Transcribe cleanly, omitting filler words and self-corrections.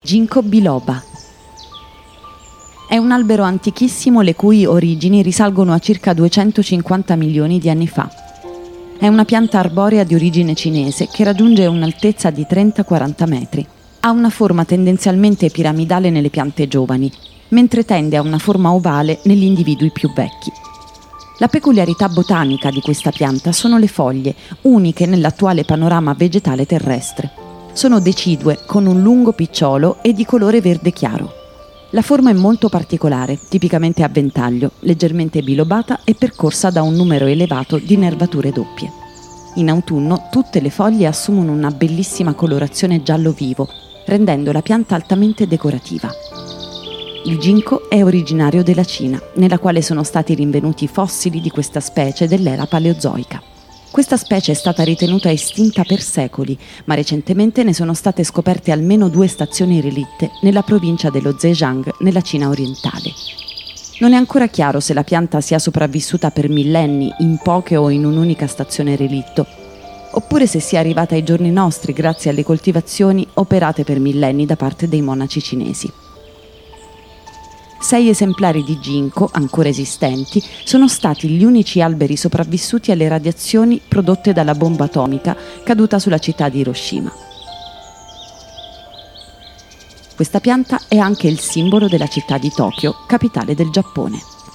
Ginkgo biloba. È un albero antichissimo le cui origini risalgono a circa 250 milioni di anni fa. È una pianta arborea di origine cinese che raggiunge un'altezza di 30-40 metri. Ha una forma tendenzialmente piramidale nelle piante giovani, mentre tende a una forma ovale negli individui più vecchi. La peculiarità botanica di questa pianta sono le foglie, uniche nell'attuale panorama vegetale terrestre. Sono decidue, con un lungo picciolo e di colore verde chiaro. La forma è molto particolare, tipicamente a ventaglio, leggermente bilobata e percorsa da un numero elevato di nervature doppie. In autunno tutte le foglie assumono una bellissima colorazione giallo vivo, rendendo la pianta altamente decorativa. Il ginkgo è originario della Cina, nella quale sono stati rinvenuti fossili di questa specie dell'era paleozoica. Questa specie è stata ritenuta estinta per secoli, ma recentemente ne sono state scoperte almeno 2 stazioni relitte nella provincia dello Zhejiang, nella Cina orientale. Non è ancora chiaro se la pianta sia sopravvissuta per millenni in poche o in un'unica stazione relitto, oppure se sia arrivata ai giorni nostri grazie alle coltivazioni operate per millenni da parte dei monaci cinesi. 6 esemplari di ginkgo, ancora esistenti, sono stati gli unici alberi sopravvissuti alle radiazioni prodotte dalla bomba atomica caduta sulla città di Hiroshima. Questa pianta è anche il simbolo della città di Tokyo, capitale del Giappone.